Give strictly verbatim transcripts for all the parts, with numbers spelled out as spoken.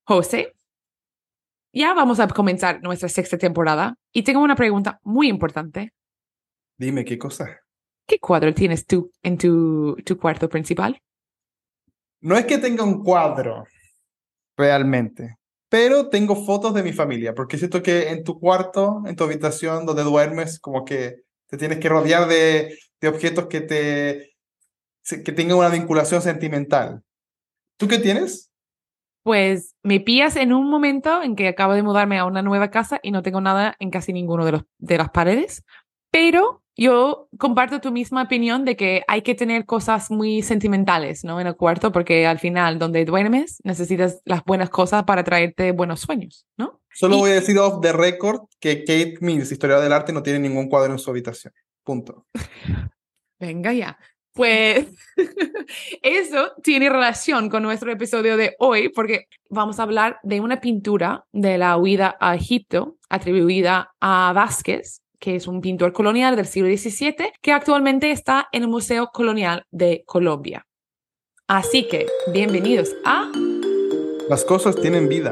José, ya vamos a comenzar nuestra sexta temporada y tengo una pregunta muy importante. Dime, ¿qué cosa? ¿Qué cuadro tienes tú en tu, tu cuarto principal? No es que tenga un cuadro, realmente, pero tengo fotos de mi familia, porque siento que en tu cuarto, en tu habitación donde duermes, como que te tienes que rodear de, de objetos que te que tengan una vinculación sentimental. ¿Tú qué tienes? Pues me pillas en un momento en que acabo de mudarme a una nueva casa y no tengo nada en casi ninguno de los, de las paredes, pero yo comparto tu misma opinión de que hay que tener cosas muy sentimentales, ¿no? En el cuarto, porque al final, donde duermes, necesitas las buenas cosas para traerte buenos sueños, ¿no? Solo Y voy a decir off the record que Kate Mills, historiadora del arte, no tiene ningún cuadro en su habitación. Punto. venga ya. Pues eso tiene relación con nuestro episodio de hoy porque vamos a hablar de una pintura de la huida a Egipto atribuida a Vázquez, que es un pintor colonial del siglo diecisiete que actualmente está en el Museo Colonial de Colombia. Así que, bienvenidos a... Las cosas tienen vida.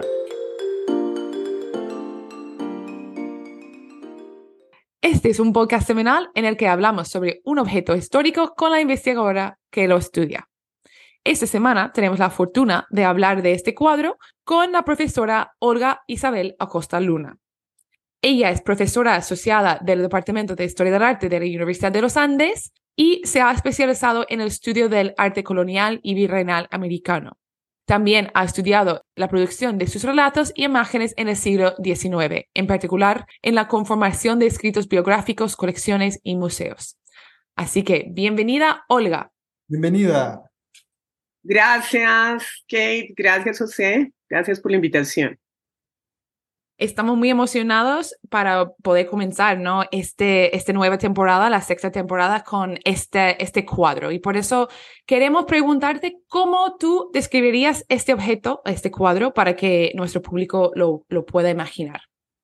Este es un podcast semanal en el que hablamos sobre un objeto histórico con la investigadora que lo estudia. Esta semana tenemos la fortuna de hablar de este cuadro con la profesora Olga Isabel Acosta Luna. Ella es profesora asociada del Departamento de Historia del Arte de la Universidad de los Andes y se ha especializado en el estudio del arte colonial y virreinal americano. También ha estudiado la producción de sus relatos y imágenes en el siglo diecinueve, en particular en la conformación de escritos biográficos, colecciones y museos. Así que, bienvenida, Olga. Bienvenida. Gracias, Kate. Gracias, José. Gracias por la invitación. Estamos muy emocionados para poder comenzar, ¿no? Este, esta nueva temporada, la sexta temporada, con este, este cuadro. Y por eso queremos preguntarte cómo tú describirías este objeto, este cuadro, para que nuestro público lo, lo pueda imaginar.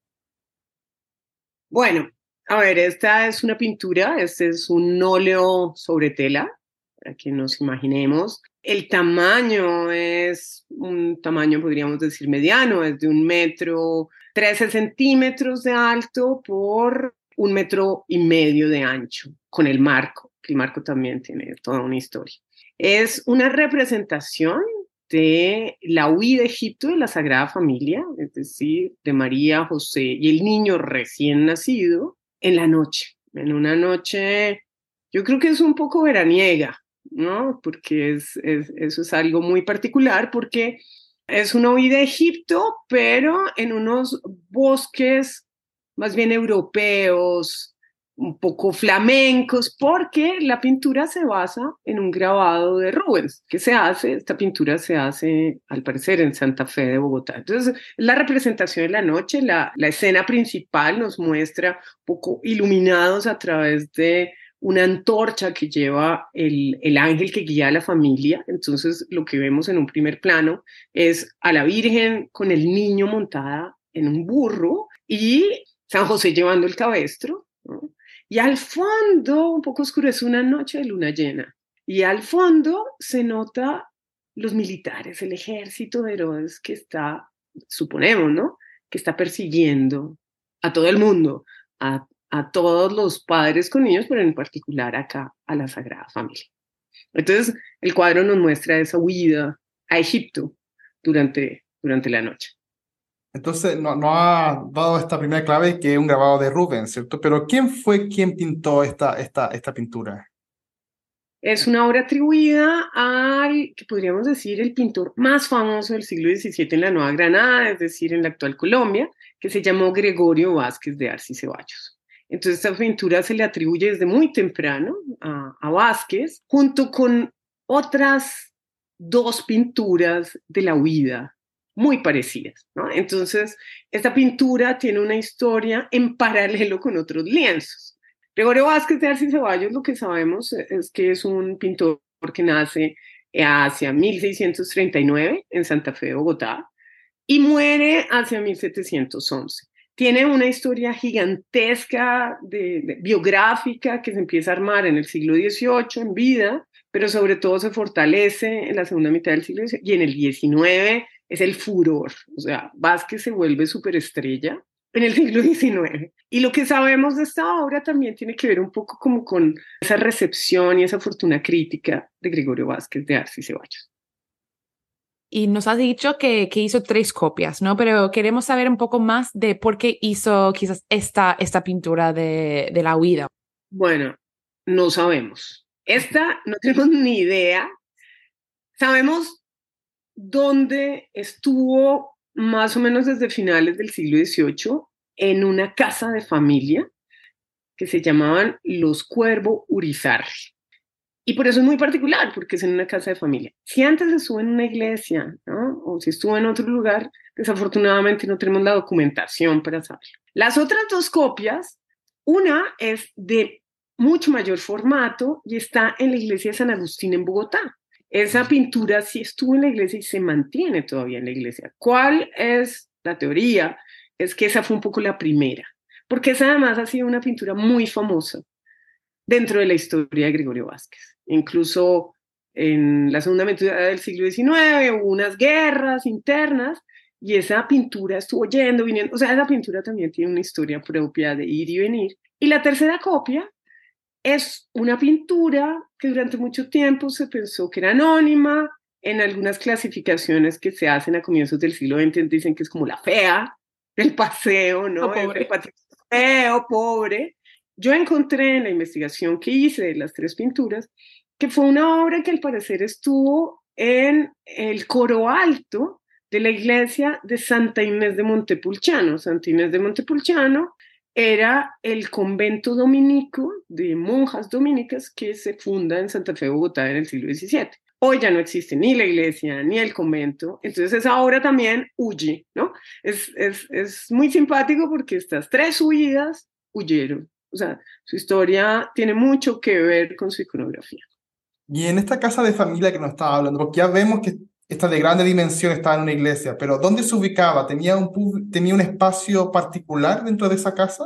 Bueno, a ver, esta es una pintura, este es un óleo sobre tela, para que nos imaginemos. El tamaño es un tamaño, podríamos decir, mediano, es de un metro, trece centímetros de alto por un metro y medio de ancho, con el marco, que el marco también tiene toda una historia. Es una representación de la huida de Egipto de la Sagrada Familia, es decir, de María, José y el niño recién nacido, en la noche, en una noche, yo creo que es un poco veraniega, ¿no? Porque es, es, eso es algo muy particular, porque es una huida a Egipto, pero en unos bosques más bien europeos, un poco flamencos, porque la pintura se basa en un grabado de Rubens, que se hace, esta pintura se hace al parecer en Santa Fe de Bogotá. Entonces, la representación de la noche, la, la escena principal nos muestra un poco iluminados a través de una antorcha que lleva el, el ángel que guía a la familia. Entonces, lo que vemos en un primer plano es a la Virgen con el niño montada en un burro y San José llevando el cabestro, ¿no? Y al fondo, un poco oscuro, es una noche de luna llena. Y al fondo se nota los militares, el ejército de Herodes que está, suponemos, ¿no? Que está persiguiendo a todo el mundo, a, a todos los padres con niños, pero en particular acá a la Sagrada Familia. Entonces, el cuadro nos muestra esa huida a Egipto durante, durante la noche. Entonces, no, no ha dado esta primera clave que es un grabado de Rubens, ¿cierto? Pero ¿quién fue quien pintó esta, esta, esta pintura? Es una obra atribuida al, que podríamos decir, el pintor más famoso del siglo diecisiete en la Nueva Granada, es decir, en la actual Colombia, que se llamó Gregorio Vázquez de Arce y Ceballos. Entonces, esta pintura se le atribuye desde muy temprano a, a Vázquez, junto con otras dos pinturas de la huida muy parecidas, ¿no? Entonces, esta pintura tiene una historia en paralelo con otros lienzos. Gregorio Vázquez de Arce y Ceballos, lo que sabemos es que es un pintor que nace hacia mil seiscientos treinta y nueve en Santa Fe de Bogotá y muere hacia mil setecientos once. Tiene una historia gigantesca de, de, biográfica que se empieza a armar en el siglo dieciocho en vida, pero sobre todo se fortalece en la segunda mitad del siglo dieciocho y en el diecinueve es el furor. O sea, Vázquez se vuelve superestrella en el siglo diecinueve. Y lo que sabemos de esta obra también tiene que ver un poco como con esa recepción y esa fortuna crítica de Gregorio Vázquez de Arce y Ceballos. Y nos has dicho que, que hizo tres copias, ¿no? Pero queremos saber un poco más de por qué hizo quizás esta, esta pintura de, de la huida. Bueno, no sabemos. Esta no tenemos ni idea. Sabemos dónde estuvo más o menos desde finales del siglo dieciocho en una casa de familia que se llamaban los Cuervo Urizarri. Y por eso es muy particular, porque es en una casa de familia. Si antes estuvo en una iglesia, ¿no? O si estuvo en otro lugar, desafortunadamente no tenemos la documentación para saberlo. Las otras dos copias, una es de mucho mayor formato y está en la iglesia de San Agustín en Bogotá. Esa pintura sí estuvo en la iglesia y se mantiene todavía en la iglesia. ¿Cuál es la teoría? Es que esa fue un poco la primera, porque esa además ha sido una pintura muy famosa dentro de la historia de Gregorio Vázquez. Incluso en la segunda mitad del siglo diecinueve hubo unas guerras internas y esa pintura estuvo yendo, viniendo. O sea, esa pintura también tiene una historia propia de ir y venir. Y la tercera copia es una pintura que durante mucho tiempo se pensó que era anónima. En algunas clasificaciones que se hacen a comienzos del siglo veinte dicen que es como la fea del paseo, ¿no? Oh, pobre. El patricio feo, pobre. Yo encontré en la investigación que hice de las tres pinturas que fue una obra que al parecer estuvo en el coro alto de la iglesia de Santa Inés de Montepulciano. Santa Inés de Montepulciano era el convento dominico de monjas dominicas que se funda en Santa Fe, Bogotá, en el siglo diecisiete. Hoy ya no existe ni la iglesia ni el convento, entonces esa obra también huye, ¿no? Es, es, es muy simpático porque estas tres huidas huyeron. O sea, su historia tiene mucho que ver con su iconografía. Y en esta casa de familia que nos estaba hablando, porque ya vemos que esta de grande dimensión estaba en una iglesia, pero ¿dónde se ubicaba? ¿Tenía un, pub- tenía un espacio particular dentro de esa casa?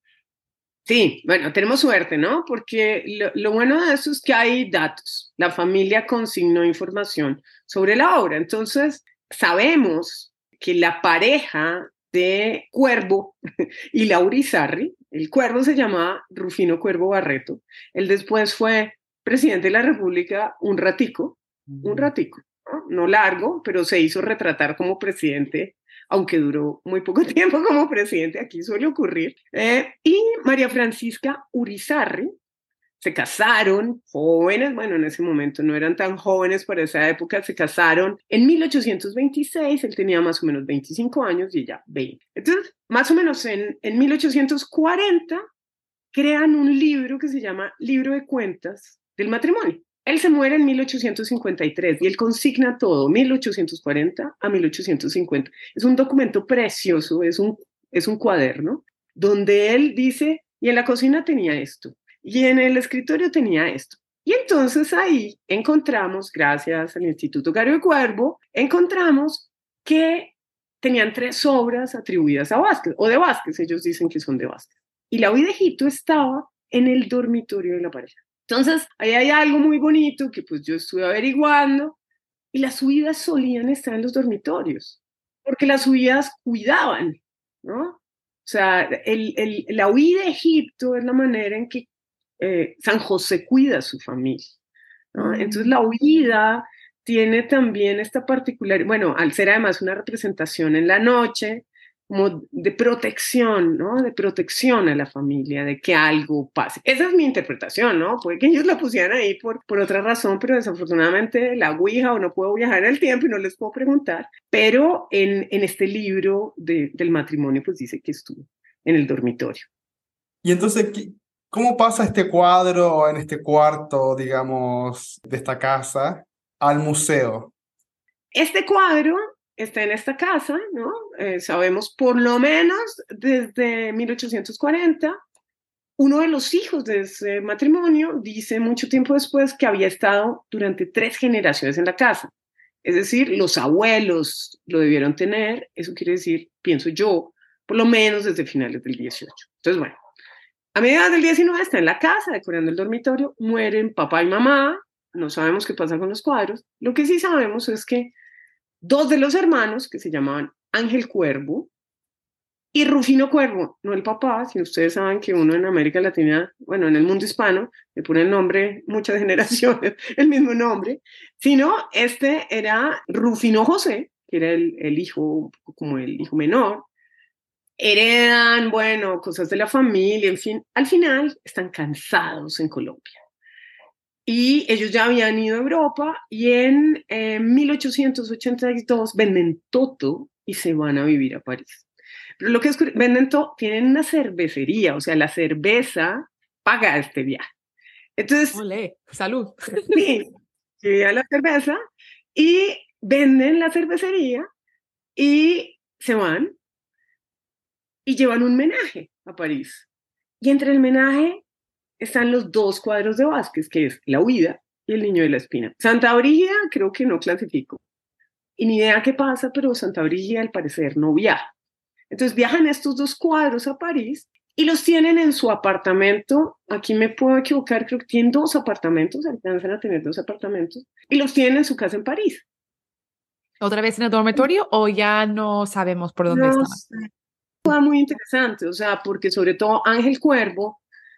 Sí, bueno, tenemos suerte, ¿no? Porque lo, lo bueno de eso es que hay datos. La familia consignó información sobre la obra. Entonces, sabemos que la pareja de Cuervo y la Urizarri, el Cuervo se llamaba Rufino Cuervo Barreto, él después fue presidente de la República un ratico, un ratico, ¿no? No largo, pero se hizo retratar como presidente, aunque duró muy poco tiempo como presidente, aquí suele ocurrir. Eh, y María Francisca Urizarri, se casaron jóvenes, bueno, en ese momento no eran tan jóvenes para esa época, se casaron en mil ochocientos veintiséis, él tenía más o menos veinticinco años y ella veinte. Entonces, más o menos en, en mil ochocientos cuarenta, crean un libro que se llama Libro de Cuentas del Matrimonio. Él se muere en mil ochocientos cincuenta y tres y él consigna todo, mil ochocientos cuarenta a mil ochocientos cincuenta. Es un documento precioso, es un, es un cuaderno, donde él dice, y en la cocina tenía esto, y en el escritorio tenía esto. Y entonces ahí encontramos, gracias al Instituto Gario de Cuervo, encontramos que tenían tres obras atribuidas a Vázquez, o de Vázquez, ellos dicen que son de Vázquez. Y la huida de Egipto estaba en el dormitorio de la pareja. Entonces, ahí hay algo muy bonito que pues yo estuve averiguando, y las huidas solían estar en los dormitorios, porque las huidas cuidaban, ¿no? O sea, el, el, la huida de Egipto es la manera en que eh, San José cuida a su familia, ¿no? Mm. Entonces la huida tiene también esta particular, bueno, al ser además una representación en la noche, como de protección, ¿no? De protección a la familia, de que algo pase. Esa es mi interpretación, ¿no? Puede que ellos la pusieran ahí por, por otra razón, pero desafortunadamente la ouija o no puedo viajar en el tiempo y no les puedo preguntar, pero en, en este libro de, del matrimonio pues dice que estuvo en el dormitorio. Y entonces, ¿cómo pasa este cuadro en este cuarto, digamos, de esta casa al museo? Este cuadro está en esta casa, ¿no? Eh, sabemos por lo menos desde mil ochocientos cuarenta. Uno de los hijos de ese matrimonio dice mucho tiempo después que había estado durante tres generaciones en la casa. Es decir, los abuelos lo debieron tener, eso quiere decir, pienso yo, por lo menos desde finales del dieciocho. Entonces, bueno, a mediados del diecinueve está en la casa decorando el dormitorio, mueren papá y mamá, no sabemos qué pasa con los cuadros. Lo que sí sabemos es que dos de los hermanos que se llamaban Ángel Cuervo y Rufino Cuervo, no el papá, si ustedes saben que uno en América Latina, bueno, en el mundo hispano, le pone el nombre, muchas generaciones, el mismo nombre, sino este era Rufino José, que era el, el hijo, como el hijo menor. Heredan, bueno, cosas de la familia, en fin, al final están cansados en Colombia. Y ellos ya habían ido a Europa y en eh, mil ochocientos ochenta y dos venden todo y se van a vivir a París. Pero lo que es, venden todo, tienen una cervecería, o sea, la cerveza paga este viaje. Entonces, Olé, salud. sí, llega la cerveza y venden la cervecería y se van y llevan un menaje a París. Y entre el menaje están los dos cuadros de Vázquez, que es La huida y El niño de la espina. Santa Brígida creo que no clasifico. Y ni idea qué pasa, pero Santa Brígida al parecer no viaja. Entonces viajan estos dos cuadros a París y los tienen en su apartamento. Aquí me puedo equivocar, creo que tienen dos apartamentos, alcanzan a tener dos apartamentos, y los tienen en su casa en París. ¿Otra vez en el dormitorio o ya no sabemos por dónde No estaban? sé. Fue muy interesante, o sea, porque sobre todo Ángel Cuervo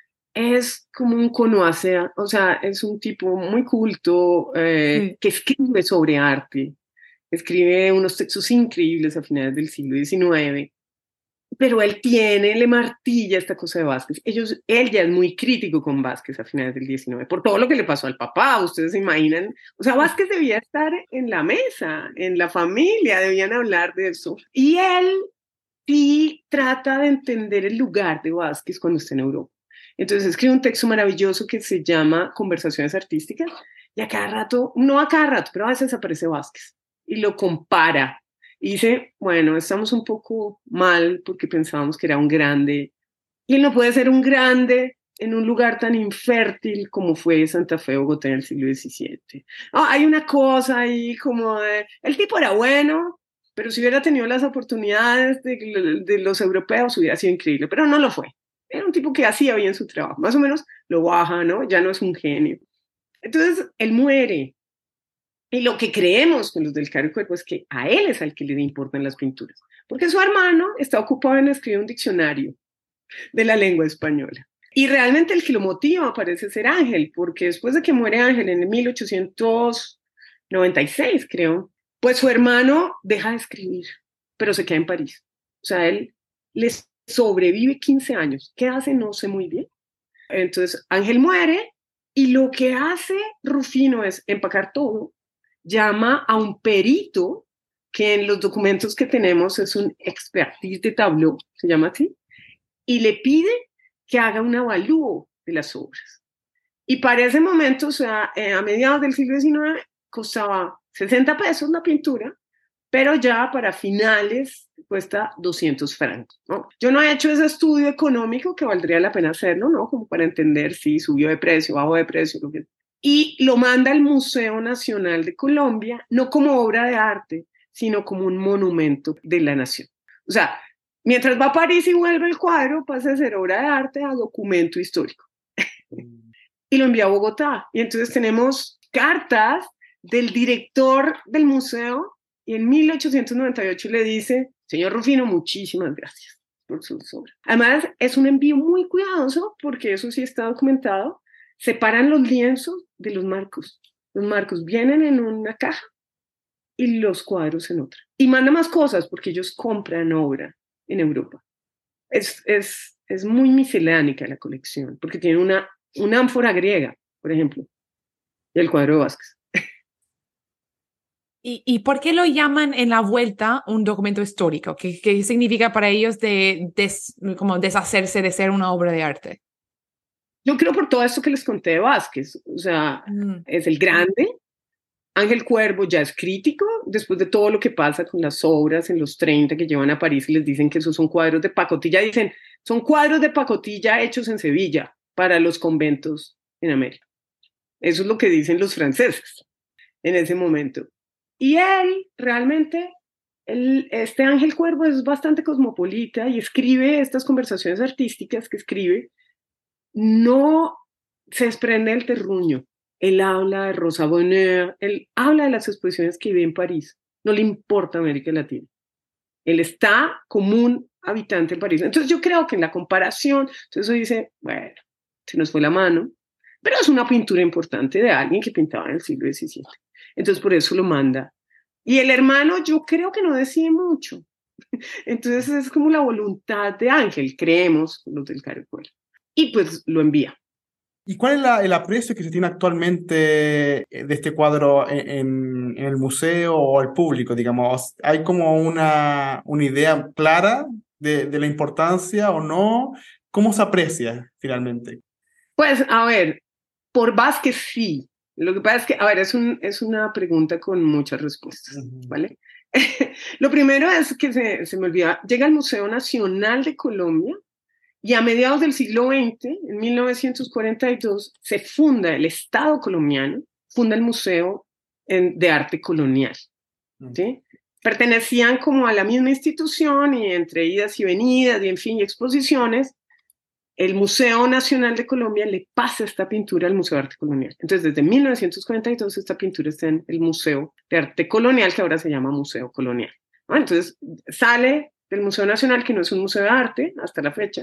es como un conocer, o sea, es un tipo muy culto eh, Sí. que escribe sobre arte, escribe unos textos increíbles a finales del siglo diecinueve, pero él tiene, le martilla esta cosa de Vázquez. Ellos, él ya es muy crítico con Vázquez a finales del diecinueve, por todo lo que le pasó al papá, ustedes se imaginan. O sea, Vázquez debía estar en la mesa, en la familia, debían hablar de eso. Y él sí trata de entender el lugar de Vázquez cuando está en Europa. Entonces escribe un texto maravilloso que se llama Conversaciones Artísticas, y a cada rato, no a cada rato, pero a veces aparece Vázquez y lo compara. Y dice, bueno, estamos un poco mal porque pensábamos que era un grande, y él no puede ser un grande en un lugar tan infértil como fue Santa Fe, Bogotá en el siglo diecisiete. Oh, hay una cosa ahí como de, el tipo era bueno, pero si hubiera tenido las oportunidades de, de los europeos hubiera sido increíble, pero no lo fue. Era un tipo que hacía bien su trabajo, más o menos lo baja, ¿no? Ya no es un genio. Entonces, él muere. Y lo que creemos con los del Caro y Cuerpo es que a él es al que le importan las pinturas, porque su hermano está ocupado en escribir un diccionario de la lengua española. Y realmente el que lo motiva parece ser Ángel, porque después de que muere Ángel en mil ochocientos noventa y seis, creo, pues su hermano deja de escribir, pero se queda en París. O sea, él les sobrevive quince años. ¿Qué hace? No sé muy bien. Entonces Ángel muere y lo que hace Rufino es empacar todo, llama a un perito que en los documentos que tenemos es un expertise de tableau, se llama así, y le pide que haga un avalúo de las obras. Y para ese momento, o sea, eh, a mediados del siglo diecinueve, costaba sesenta pesos la pintura, pero ya para finales cuesta doscientos francos, ¿no? Yo no he hecho ese estudio económico que valdría la pena hacerlo, ¿no? Como para entender si subió de precio, bajó de precio, lo que... Y lo manda al Museo Nacional de Colombia, no como obra de arte, sino como un monumento de la nación. O sea, mientras va a París y vuelve el cuadro, pasa de ser obra de arte a documento histórico. Y lo envía a Bogotá. Y entonces tenemos cartas del director del museo y en mil ochocientos noventa y ocho le dice, señor Rufino, muchísimas gracias por sus obras. Además, es un envío muy cuidadoso porque eso sí está documentado. Separan los lienzos de los marcos. Los marcos vienen en una caja y los cuadros en otra. Y manda más cosas porque ellos compran obra en Europa. Es, es, es muy miscelánica la colección, porque tiene una, una ánfora griega, por ejemplo, y el cuadro de Vázquez. ¿Y, ¿Y por qué lo llaman en la vuelta un documento histórico? ¿Qué, qué significa para ellos de des, como deshacerse de ser una obra de arte? Yo creo por todo esto que les conté de Vázquez, o sea, mm. es el grande. Ángel Cuervo ya es crítico, después de todo lo que pasa con las obras en los treinta que llevan a París y les dicen que esos son cuadros de pacotilla, dicen, son cuadros de pacotilla hechos en Sevilla para los conventos en América. Eso es lo que dicen los franceses en ese momento. Y él, realmente, él, este Ángel Cuervo es bastante cosmopolita y escribe estas conversaciones artísticas que escribe, no se desprende del terruño. Él habla de Rosa Bonheur, él habla de las exposiciones que ve en París, no le importa América Latina. Él está como un habitante en París. Entonces yo creo que en la comparación, entonces uno dice, bueno, se nos fue la mano, pero es una pintura importante de alguien que pintaba en el siglo diecisiete. Entonces por eso lo manda. Y el hermano yo creo que no decide mucho. Entonces es como la voluntad de Ángel, creemos los del Cairo Coelho. Y pues lo envía. ¿Y cuál es la, el aprecio que se tiene actualmente de este cuadro en, en, en el museo o al público, digamos? ¿Hay como una, una idea clara de, de la importancia o no? ¿Cómo se aprecia finalmente? Pues, a ver, por Vázquez sí. Lo que pasa es que, a ver, es, un, es una pregunta con muchas respuestas, uh-huh. ¿Vale? Lo primero es que se, se me olvida, llega al Museo Nacional de Colombia y a mediados del siglo veinte, en mil novecientos cuarenta y dos, se funda el Estado colombiano, funda el Museo en, de Arte Colonial, ¿sí? Pertenecían como a la misma institución y entre idas y venidas y en fin, y exposiciones, el Museo Nacional de Colombia le pasa esta pintura al Museo de Arte Colonial. Entonces, desde mil novecientos cuarenta y dos, esta pintura está en el Museo de Arte Colonial, que ahora se llama Museo Colonial. ¿No? Entonces, sale del Museo Nacional, que no es un museo de arte hasta la fecha,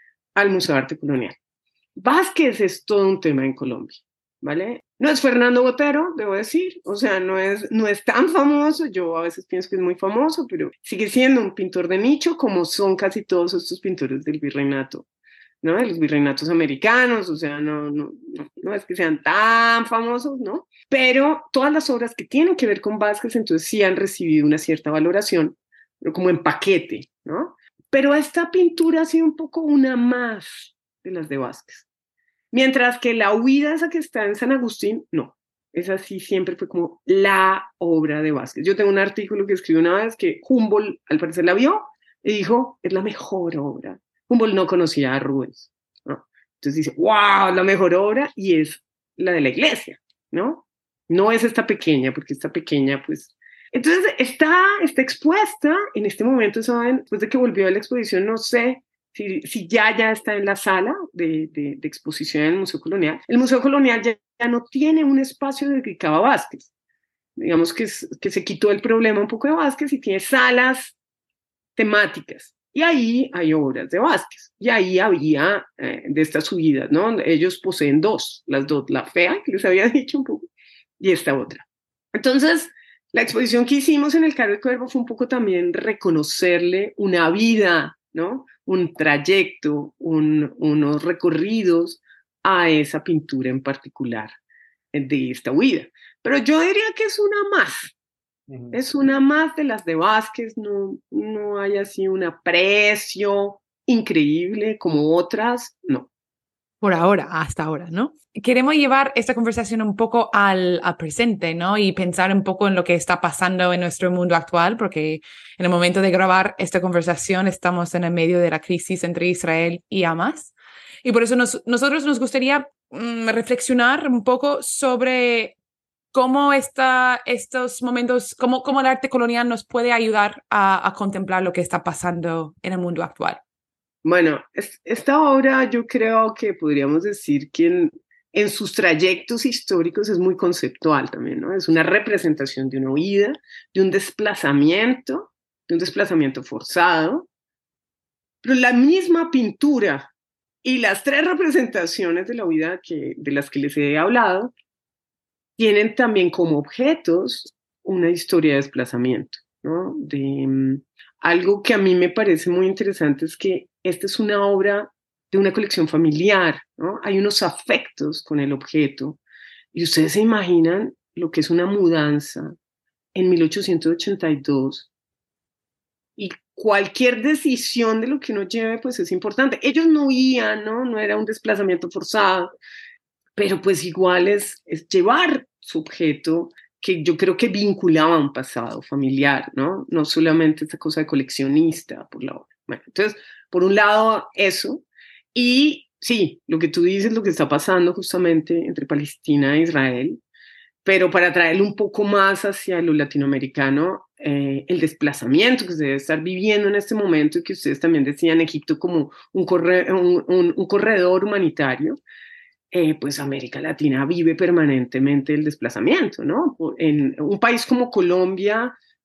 al Museo de Arte Colonial. Vázquez es todo un tema en Colombia, ¿vale? No es Fernando Botero, debo decir, o sea, no es, no es tan famoso, yo a veces pienso que es muy famoso, pero sigue siendo un pintor de nicho, como son casi todos estos pintores del virreinato, ¿no? De los virreinatos americanos, o sea, no, no, no, no es que sean tan famosos, ¿no? Pero todas las obras que tienen que ver con Vázquez, entonces sí han recibido una cierta valoración, pero como en paquete, ¿no? Pero esta pintura ha sido un poco una más de las de Vázquez. Mientras que la huida esa que está en San Agustín, no. Esa sí siempre fue como la obra de Vázquez. Yo tengo un artículo que escribí una vez que Humboldt al parecer la vio y dijo, es la mejor obra. Humboldt no conocía a Rubens, ¿no? Entonces dice, wow, la mejor obra y es la de la iglesia, ¿no? No es esta pequeña, porque esta pequeña, pues... Entonces está, está expuesta en este momento, ¿saben? Después de que volvió a la exposición, no sé si, si ya, ya está en la sala de, de, de exposición en el Museo Colonial. El Museo Colonial ya, ya no tiene un espacio dedicado a Vázquez. Digamos que, es, que se quitó el problema un poco de Vázquez y tiene salas temáticas. Y ahí hay obras de Vázquez. Y ahí había eh, de estas subidas, ¿no? Ellos poseen dos, las dos, la fea, que les había dicho un poco, y esta otra. Entonces, la exposición que hicimos en el Cairo del Cuervo fue un poco también reconocerle una vida, ¿no? Un trayecto, un, unos recorridos a esa pintura en particular de esta huida. Pero yo diría que es una más. Uh-huh. Es una más de las de Vázquez, no, no hay así un aprecio increíble como otras, no. Por ahora, hasta ahora, ¿no? Queremos llevar esta conversación un poco al, al presente, ¿no? Y pensar un poco en lo que está pasando en nuestro mundo actual, porque en el momento de grabar esta conversación estamos en el medio de la crisis entre Israel y Hamas. Y por eso nos, nosotros nos gustaría mm, reflexionar un poco sobre cómo está, estos momentos, cómo, cómo el arte colonial nos puede ayudar a, a contemplar lo que está pasando en el mundo actual. Bueno, esta obra yo creo que podríamos decir que en, en sus trayectos históricos es muy conceptual también, ¿no? Es una representación de una huida, de un desplazamiento, de un desplazamiento forzado, pero la misma pintura y las tres representaciones de la huida que, de las que les he hablado tienen también como objetos una historia de desplazamiento, ¿no? De, um, algo que a mí me parece muy interesante es que esta es una obra de una colección familiar, ¿no? Hay unos afectos con el objeto y ustedes se imaginan lo que es una mudanza en mil ochocientos ochenta y dos y cualquier decisión de lo que uno lleve pues es importante. Ellos no huían, ¿no? No era un desplazamiento forzado, pero pues igual es, es llevar su objeto que yo creo que vinculaba a un pasado familiar, ¿no? No solamente esta cosa de coleccionista por la obra. Bueno, entonces, por un lado, eso. Y sí, lo que tú dices, lo que está pasando justamente entre Palestina e Israel, pero para traerlo un poco más hacia lo latinoamericano, eh, el desplazamiento que se debe estar viviendo en este momento y que ustedes también decían Egipto como un, corre un, un, un corredor humanitario. Eh, pues América Latina vive permanentemente el desplazamiento, ¿no? En un país como Colombia,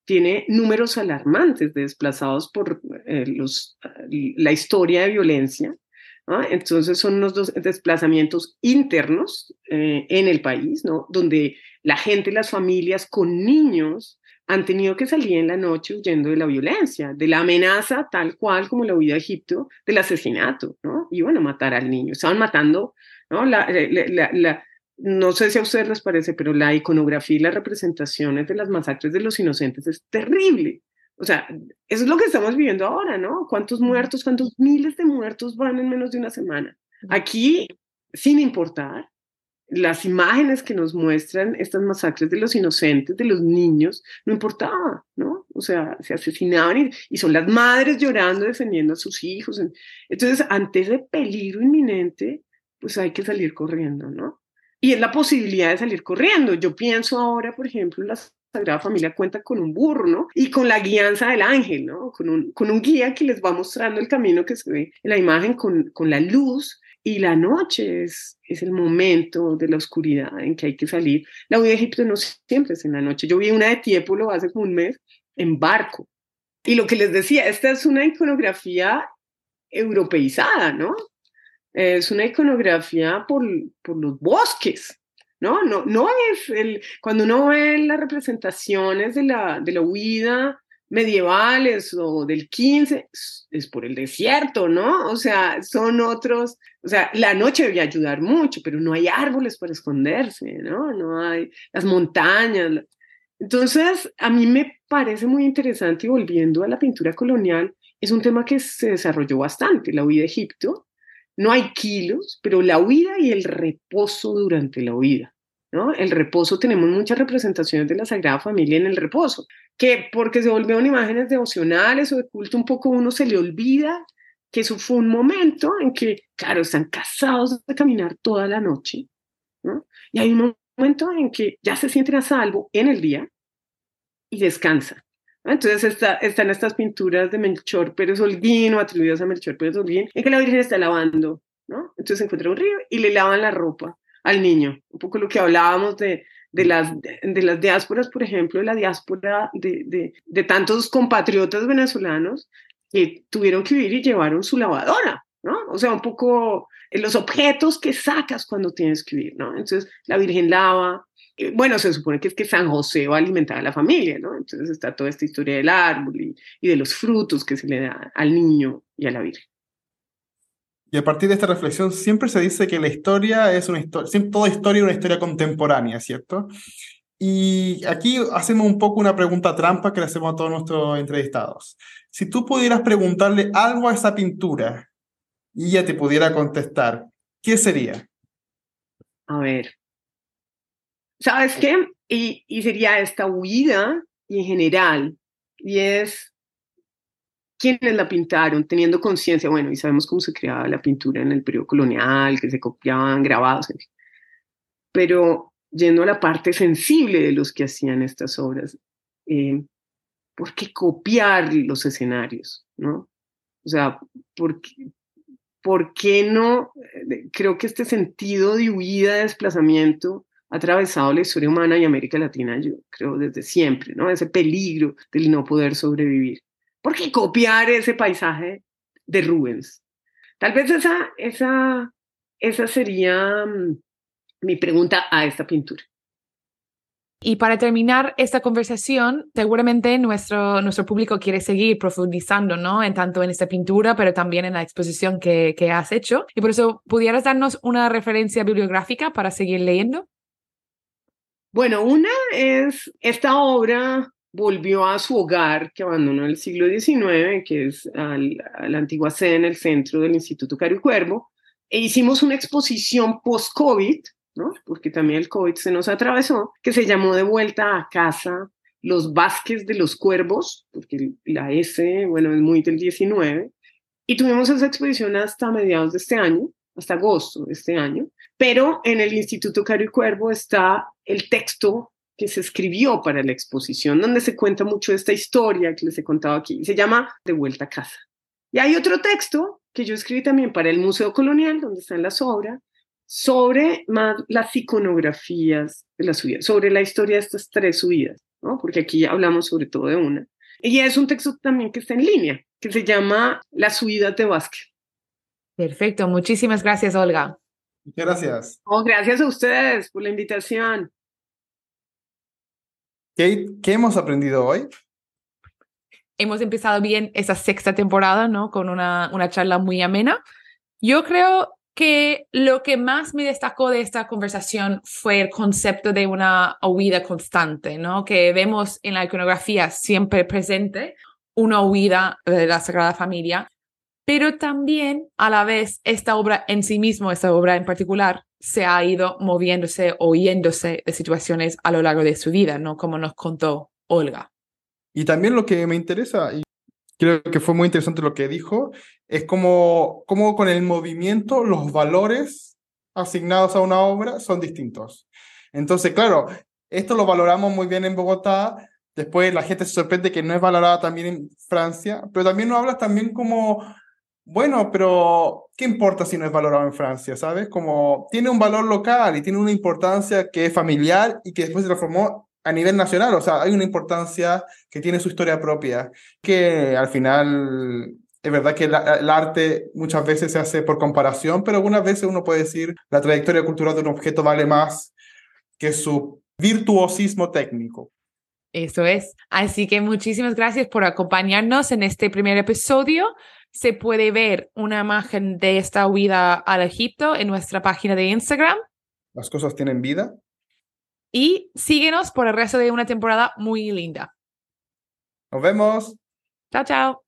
tiene números alarmantes de desplazados por eh, los, la historia de violencia. ¿no? Entonces son unos dos desplazamientos internos eh, en el país, ¿no? Donde la gente, las familias con niños han tenido que salir en la noche huyendo de la violencia, de la amenaza tal cual como la huida a Egipto, del asesinato, ¿no? Iban a matar al niño, estaban matando, ¿no? La, la, la, la, no sé si a ustedes les parece, pero la iconografía y las representaciones de las masacres de los inocentes es terrible. O sea, eso es lo que estamos viviendo ahora, ¿no? ¿Cuántos muertos, cuántos miles de muertos van en menos de una semana? Aquí, sin importar, las imágenes que nos muestran estas masacres de los inocentes, de los niños, no importaba, ¿no? O sea, se asesinaban y, y son las madres llorando, defendiendo a sus hijos. Entonces, ante ese peligro inminente, pues hay que salir corriendo, ¿no? Y es la posibilidad de salir corriendo. Yo pienso ahora, por ejemplo, la Sagrada Familia cuenta con un burro, ¿no? Y con la guianza del ángel, ¿no? Con un, con un guía que les va mostrando el camino que se ve en la imagen con, con la luz. Y la noche es, es el momento de la oscuridad en que hay que salir. La huida a Egipto no siempre es en la noche. Yo vi una de Tiepolo hace como un mes en barco. Y lo que les decía, esta es una iconografía europeizada, ¿no? Es una iconografía por, por los bosques, ¿no? No, no es el, cuando uno ve las representaciones de la, de la huida medievales o del quince, es por el desierto, ¿no? O sea, son otros, o sea, la noche debe ayudar mucho, pero no hay árboles para esconderse, ¿no? No hay las montañas. Entonces, a mí me parece muy interesante, y volviendo a la pintura colonial, es un tema que se desarrolló bastante, la huida a Egipto. No hay kilos, pero la huida y el reposo durante la huida, ¿no? El reposo, tenemos muchas representaciones de la Sagrada Familia en el reposo, que porque se volvieron imágenes devocionales o de culto, un poco uno se le olvida que eso fue un momento en que, claro, están cansados de caminar toda la noche, ¿no? Y hay un momento en que ya se sienten a salvo en el día y descansan. Entonces está, están estas pinturas de Melchor Pérez Holguín o atribuidas a Melchor Pérez Holguín, en que la Virgen está lavando, ¿no? Entonces se encuentra un río y le lavan la ropa al niño. Un poco lo que hablábamos de, de, las, de, de las diásporas, por ejemplo, de la diáspora de, de, de tantos compatriotas venezolanos que tuvieron que vivir y llevaron su lavadora, ¿no? O sea, un poco los objetos que sacas cuando tienes que vivir, ¿no? Entonces la Virgen lava. Bueno, se supone que es que San José va a alimentar a la familia, ¿no? Entonces está toda esta historia del árbol y, y de los frutos que se le da al niño y a la Virgen. Y a partir de esta reflexión siempre se dice que la historia es una historia, toda historia es una historia contemporánea, ¿cierto? Y aquí hacemos un poco una pregunta trampa que le hacemos a todos nuestros entrevistados. Si tú pudieras preguntarle algo a esa pintura y ella te pudiera contestar, ¿qué sería? A ver. ¿Sabes qué? Y, y sería esta huida y en general, y es quiénes la pintaron, teniendo conciencia, bueno, y sabemos cómo se creaba la pintura en el periodo colonial, que se copiaban grabados, en fin. Pero yendo a la parte sensible de los que hacían estas obras, eh, ¿por qué copiar los escenarios, no? O sea, ¿por qué, ¿por qué no? Creo que este sentido de huida, de desplazamiento, ha atravesado la historia humana y América Latina, yo creo, desde siempre, ¿no? Ese peligro del no poder sobrevivir. ¿Por qué copiar ese paisaje de Rubens? Tal vez esa, esa, esa sería um, mi pregunta a esta pintura. Y para terminar esta conversación, seguramente nuestro, nuestro público quiere seguir profundizando, ¿no? En tanto en esta pintura, pero también en la exposición que, que has hecho. Y por eso, ¿pudieras darnos una referencia bibliográfica para seguir leyendo? Bueno, una es esta obra volvió a su hogar que abandonó en el siglo diecinueve, que es al, a la antigua sede en el centro del Instituto Cario y Cuervo, e hicimos una exposición post-COVID, ¿no? Porque también el COVID se nos atravesó, que se llamó De vuelta a casa, los Vázquez de los Cuervos, porque la S, bueno, es muy del diecinueve, y tuvimos esa exposición hasta mediados de este año, hasta agosto de este año, pero en el Instituto Cario y Cuervo está el texto que se escribió para la exposición, donde se cuenta mucho esta historia que les he contado aquí, se llama De vuelta a casa. Y hay otro texto que yo escribí también para el Museo Colonial, donde están las obras, sobre más las iconografías de las subidas, sobre la historia de estas tres subidas. ¿no? Porque aquí hablamos sobre todo de una. Y es un texto también que está en línea, que se llama La subida de Vázquez. Perfecto, muchísimas gracias, Olga. Muchas gracias. Oh, gracias a ustedes por la invitación. Kate, ¿qué hemos aprendido hoy? Hemos empezado bien esa sexta temporada, ¿no? Con una, una charla muy amena. Yo creo que lo que más me destacó de esta conversación fue el concepto de una huida constante, ¿no? Que vemos en la iconografía siempre presente, una huida de la Sagrada Familia, pero también a la vez esta obra en sí misma, esta obra en particular, se ha ido moviéndose o yéndose de situaciones a lo largo de su vida, ¿no? Como nos contó Olga. Y también lo que me interesa, y creo que fue muy interesante lo que dijo, es como, como con el movimiento los valores asignados a una obra son distintos. Entonces, claro, esto lo valoramos muy bien en Bogotá, después la gente se sorprende que no es valorada también en Francia, pero también nos hablas también como, bueno, pero ¿qué importa si no es valorado en Francia? ¿Sabes? Como tiene un valor local y tiene una importancia que es familiar y que después se transformó a nivel nacional, o sea, hay una importancia que tiene su historia propia, que al final es verdad que la, el arte muchas veces se hace por comparación, pero algunas veces uno puede decir la trayectoria cultural de un objeto vale más que su virtuosismo técnico. Eso es. Así que muchísimas gracias por acompañarnos en este primer episodio. Se puede ver una imagen de esta huida al Egipto en nuestra página de Instagram. Las cosas tienen vida. Y síguenos por el resto de una temporada muy linda. Nos vemos. Chao, chao.